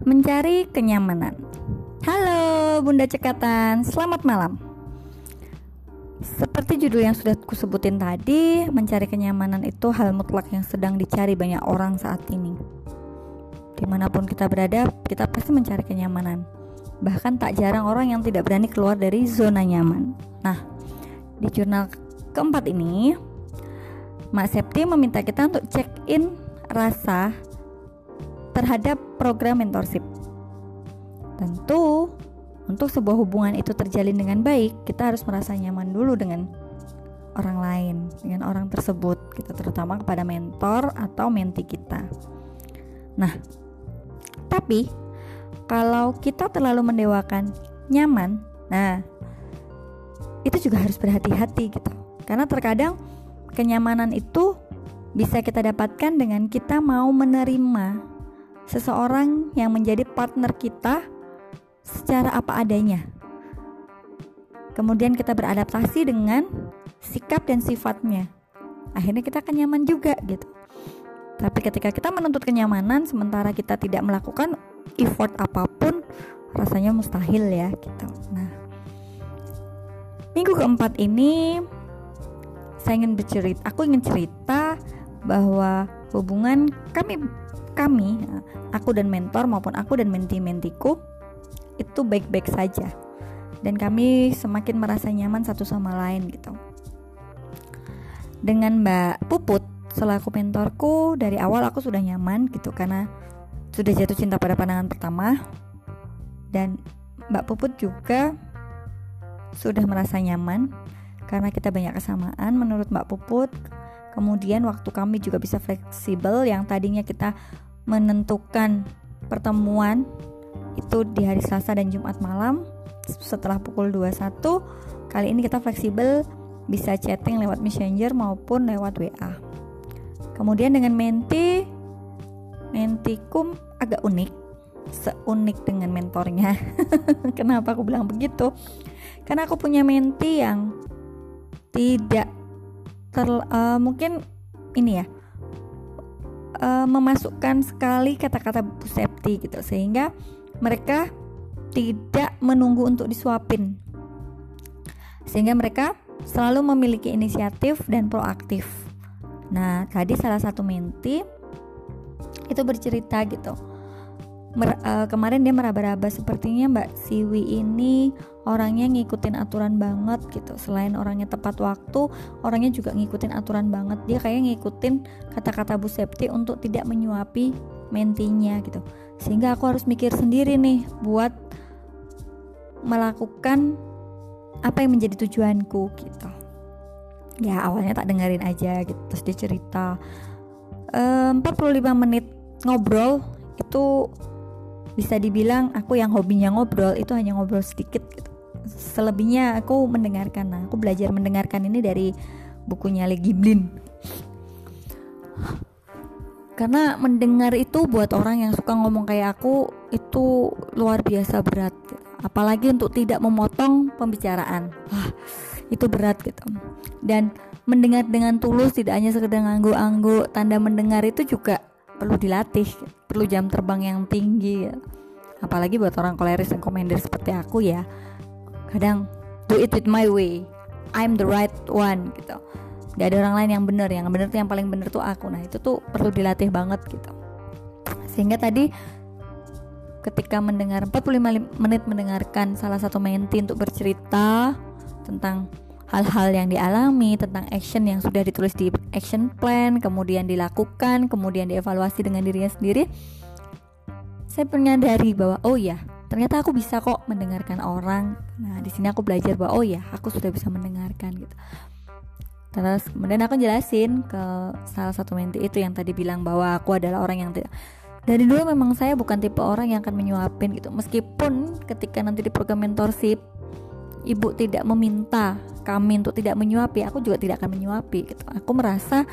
Mencari kenyamanan. Halo Bunda Cekatan, selamat malam. Seperti judul yang sudah kusebutin tadi, mencari kenyamanan itu hal mutlak yang sedang dicari banyak orang saat ini. Dimanapun kita berada, kita pasti mencari kenyamanan. Bahkan tak jarang orang yang tidak berani keluar dari zona nyaman. Nah, di jurnal keempat ini, Mak Septi meminta kita untuk check in rasa terhadap program mentorship. Tentu, untuk sebuah hubungan itu terjalin dengan baik, kita harus merasa nyaman dulu dengan orang lain, dengan orang tersebut, kita terutama kepada mentor atau menti kita. Nah, tapi kalau kita terlalu mendewakan nyaman, nah itu juga harus berhati-hati gitu. Karena terkadang kenyamanan itu bisa kita dapatkan dengan kita mau menerima seseorang yang menjadi partner kita secara apa adanya. Kemudian kita beradaptasi dengan sikap dan sifatnya. Akhirnya kita akan nyaman juga gitu. Tapi ketika kita menuntut kenyamanan sementara kita tidak melakukan effort apapun, rasanya mustahil ya gitu. Nah, minggu keempat ini aku ingin cerita bahwa hubungan kami, aku dan mentor maupun aku dan menti-mentiku itu baik-baik saja, dan kami semakin merasa nyaman satu sama lain gitu. Dengan Mbak Puput selaku mentorku, dari awal aku sudah nyaman gitu karena sudah jatuh cinta pada pandangan pertama, dan Mbak Puput juga sudah merasa nyaman karena kita banyak kesamaan menurut Mbak Puput. Kemudian waktu kami juga bisa fleksibel, yang tadinya kita menentukan pertemuan itu di hari Selasa dan Jumat malam setelah pukul 21, kali ini kita fleksibel, bisa chatting lewat Messenger maupun lewat WA. Kemudian dengan mentiku agak unik, seunik dengan mentornya. Kenapa aku bilang begitu? Karena aku punya menti yang tidak mungkin ini ya, memasukkan sekali kata-kata Bu Septi gitu, sehingga mereka tidak menunggu untuk disuapin, sehingga mereka selalu memiliki inisiatif dan proaktif. Nah, tadi salah satu menti itu bercerita gitu, kemarin dia meraba-raba, sepertinya Mbak Siwi ini orangnya ngikutin aturan banget gitu. Selain orangnya tepat waktu, orangnya juga ngikutin aturan banget. Dia kayak ngikutin kata-kata Bu Septi untuk tidak menyuapi mentinya gitu. Sehingga aku harus mikir sendiri nih buat melakukan apa yang menjadi tujuanku gitu. Ya awalnya tak dengerin aja gitu. Terus dia cerita 45 menit ngobrol itu bisa dibilang aku yang hobinya ngobrol itu hanya ngobrol sedikit gitu. Selebihnya aku mendengarkan. Nah, aku belajar mendengarkan ini dari bukunya Le Giblin. Karena mendengar itu buat orang yang suka ngomong kayak aku itu luar biasa berat gitu. Apalagi untuk tidak memotong pembicaraan. Wah, itu berat gitu. Dan mendengar dengan tulus, tidak hanya sekedar ngangguk-ngangguk. Tanda mendengar itu juga perlu dilatih, perlu jam terbang yang tinggi ya. Apalagi buat orang koleris dan komender seperti aku ya. Kadang do it with my way, I'm the right one gitu. Gak ada orang lain yang benar tuh yang paling benar tuh aku. Nah itu tuh perlu dilatih banget gitu. Sehingga tadi ketika mendengar 45 menit mendengarkan salah satu menti untuk bercerita tentang hal-hal yang dialami, tentang action yang sudah ditulis di action plan, kemudian dilakukan, kemudian dievaluasi dengan dirinya sendiri, saya menyadari bahwa oh ya, ternyata aku bisa kok mendengarkan orang. Nah, di sini aku belajar bahwa oh ya, aku sudah bisa mendengarkan gitu. Terus kemudian aku jelasin ke salah satu menti itu yang tadi bilang bahwa aku adalah orang yang dari dulu memang saya bukan tipe orang yang akan menyuapin gitu. Meskipun ketika nanti di program mentorship Ibu tidak meminta kami untuk tidak menyuapi, aku juga tidak akan menyuapi gitu. Aku merasa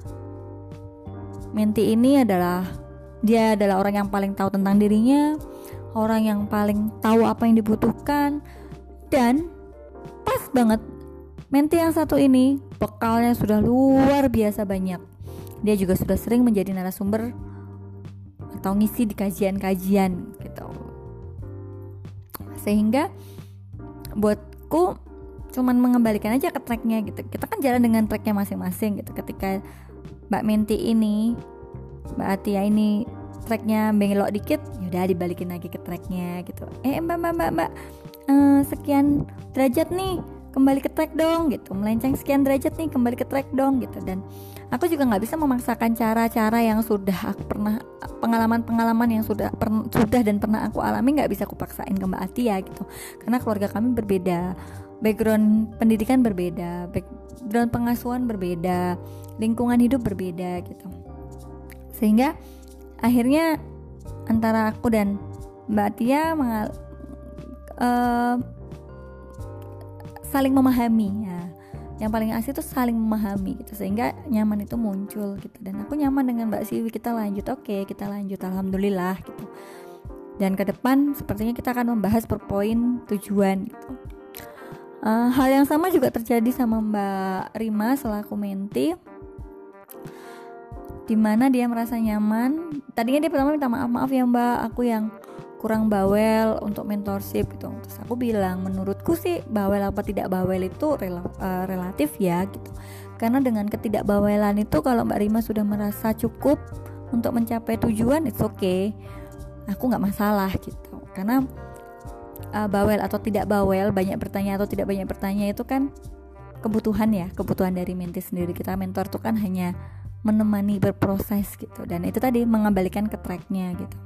menti ini dia adalah orang yang paling tahu tentang dirinya, orang yang paling tahu apa yang dibutuhkan. Dan pas banget menti yang satu ini bekalnya sudah luar biasa banyak. Dia juga sudah sering menjadi narasumber atau ngisi di kajian-kajian gitu. Sehingga buatku cuman mengembalikan aja ke tracknya gitu. Kita kan jalan dengan tracknya masing-masing gitu. Ketika Mbak Menti ini, Mbak Atia ini tracknya belok dikit, yaudah dibalikin lagi ke tracknya gitu. Mbak, sekian derajat nih, kembali ke track dong gitu. Melenceng sekian derajat nih, kembali ke track dong gitu. Dan aku juga nggak bisa memaksakan cara-cara yang sudah aku pernah, pengalaman-pengalaman yang sudah dan pernah aku alami, nggak bisa aku paksain ke Mbak Atia gitu. Karena keluarga kami berbeda, background pendidikan berbeda, background pengasuhan berbeda, lingkungan hidup berbeda gitu. Sehingga akhirnya antara aku dan Mbak Tia saling memahami ya. Yang paling asli itu saling memahami gitu, sehingga nyaman itu muncul gitu. Dan aku nyaman dengan Mbak Siwi, kita lanjut, oke, kita lanjut, alhamdulillah gitu. Dan ke depan sepertinya kita akan membahas per poin tujuan gitu. Hal yang sama juga terjadi sama Mbak Rima selaku menti, dimana dia merasa nyaman. Tadinya dia pertama minta maaf ya Mbak, aku yang kurang bawel untuk mentorship gitu. Terus aku bilang, menurutku sih bawel apa tidak bawel itu relatif ya gitu. Karena dengan ketidakbawelan itu, kalau Mbak Rima sudah merasa cukup untuk mencapai tujuan, it's okay, aku nggak masalah gitu. Karena bawel atau tidak bawel, banyak bertanya atau tidak banyak bertanya itu kan kebutuhan ya, kebutuhan dari menti sendiri. Kita mentor tuh kan hanya menemani berproses gitu, dan itu tadi mengembalikan ke tracknya gitu.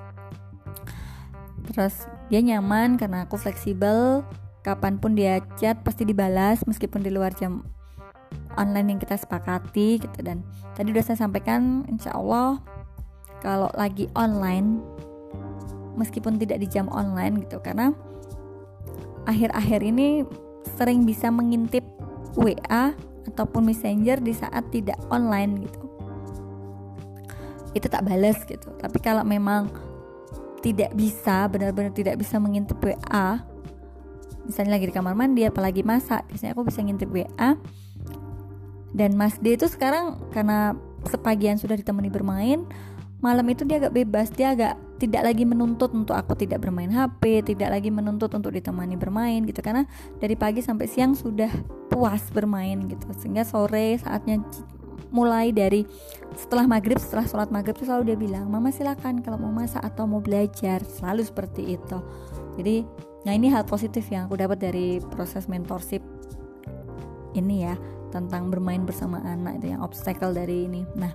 Terus dia nyaman karena aku fleksibel, kapanpun dia chat pasti dibalas meskipun di luar jam online yang kita sepakati gitu. Dan tadi udah saya sampaikan, insya Allah kalau lagi online, meskipun tidak di jam online gitu, karena akhir-akhir ini sering bisa mengintip WA ataupun messenger di saat tidak online gitu, itu tak balas gitu. Tapi kalau memang tidak bisa, benar-benar tidak bisa mengintip WA, misalnya lagi di kamar mandi apalagi masak, biasanya aku bisa ngintip WA. Dan Mas D itu sekarang karena sepagian sudah ditemani bermain, malam itu dia agak bebas, dia agak tidak lagi menuntut untuk aku tidak bermain HP, tidak lagi menuntut untuk ditemani bermain gitu, karena dari pagi sampai siang sudah puas bermain gitu. Sehingga sore saatnya mulai dari setelah sholat maghrib itu selalu dia bilang, Mama silakan kalau mau masak atau mau belajar, selalu seperti itu. Jadi nah ini hal positif yang aku dapat dari proses mentorship ini ya, tentang bermain bersama anak, itu yang obstacle dari ini. Nah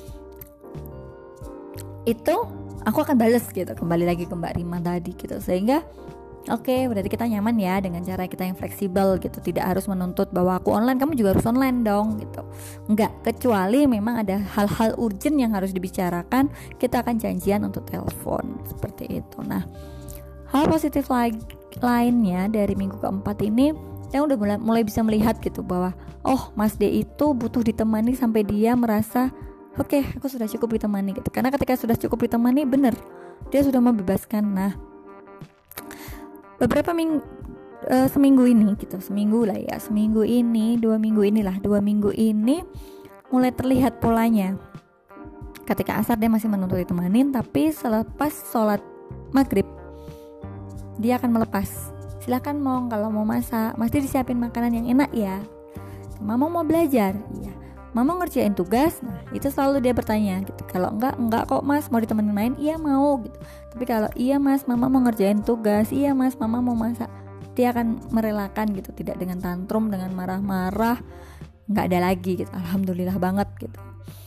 itu aku akan balas gitu, kembali lagi ke Mbak Rima tadi gitu. Sehingga oke, berarti kita nyaman ya dengan cara kita yang fleksibel gitu, tidak harus menuntut bahwa aku online, kamu juga harus online dong gitu. Enggak, kecuali memang ada hal-hal urgent yang harus dibicarakan, kita akan janjian untuk telepon seperti itu. Nah, hal positif lainnya dari minggu keempat ini, saya udah mulai bisa melihat gitu bahwa oh, Mas D itu butuh ditemani sampai dia merasa oke, aku sudah cukup ditemani gitu. Karena ketika sudah cukup ditemani, bener, dia sudah membebaskan. Nah, beberapa seminggu ini gitu, dua minggu ini mulai terlihat polanya. Ketika asar dia masih menuntut ditemanin, tapi selepas sholat maghrib dia akan melepas. Silakan Mong, kalau mau masak, mesti disiapin makanan yang enak ya. Mama mau belajar, iya. Mama ngerjain tugas, nah itu selalu dia bertanya gitu. Kalau enggak kok Mas, mau ditemenin main, iya mau gitu. Tapi kalau iya Mas, Mama mau ngerjain tugas, iya Mas, Mama mau masak, dia akan merelakan gitu, tidak dengan tantrum, dengan marah-marah, nggak ada lagi gitu. Alhamdulillah banget gitu.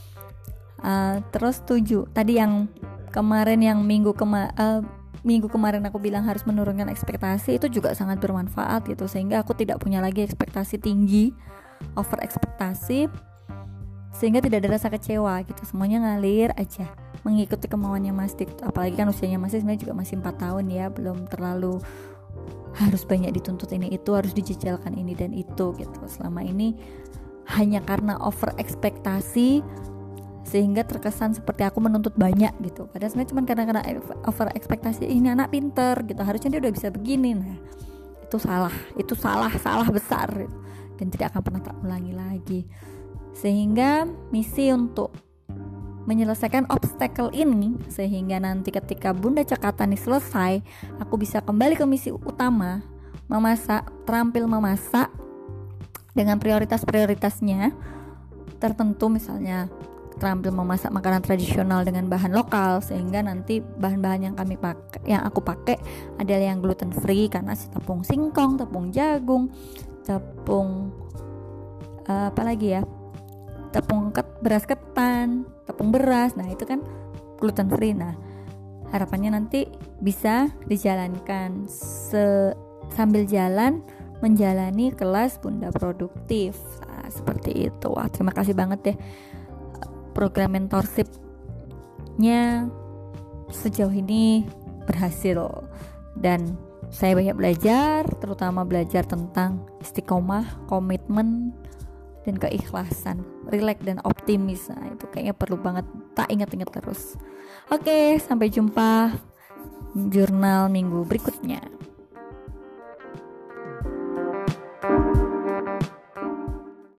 Terus 7 tadi yang kemarin, yang minggu kemarin aku bilang harus menurunkan ekspektasi, itu juga sangat bermanfaat gitu. Sehingga aku tidak punya lagi ekspektasi tinggi, over ekspektasi, sehingga tidak ada rasa kecewa gitu. Semuanya ngalir aja, mengikuti kemauannya Mas Dik. Apalagi kan usianya masih sebenarnya juga masih 4 tahun ya, belum terlalu harus banyak dituntut ini itu, harus dijejalkan ini dan itu gitu. Selama ini hanya karena over ekspektasi sehingga terkesan seperti aku menuntut banyak gitu. Padahal sebenarnya cuma karena over ekspektasi, ini anak pinter gitu, harusnya dia udah bisa begini. Nah, itu salah besar gitu. Dan tidak akan pernah tak ulangi lagi. Sehingga misi untuk menyelesaikan obstacle ini, sehingga nanti ketika Bunda Cekatan ini selesai, aku bisa kembali ke misi utama, memasak, terampil memasak dengan prioritas-prioritasnya tertentu, misalnya terampil memasak makanan tradisional dengan bahan lokal, sehingga nanti bahan-bahan yang aku pakai adalah yang gluten free, karena tepung singkong, tepung jagung, tepung beras ketan, tepung beras. Nah, itu kan gluten free. Nah, harapannya nanti bisa dijalankan sambil jalan menjalani kelas Bunda Produktif. Nah, seperti itu. Wah, terima kasih banget deh. Program mentorshipnya sejauh ini berhasil dan saya banyak belajar, terutama belajar tentang istiqomah, komitmen, dan keikhlasan, rileks dan optimis. Nah, itu kayaknya perlu banget tak ingat-ingat terus. Oke, sampai jumpa jurnal minggu berikutnya.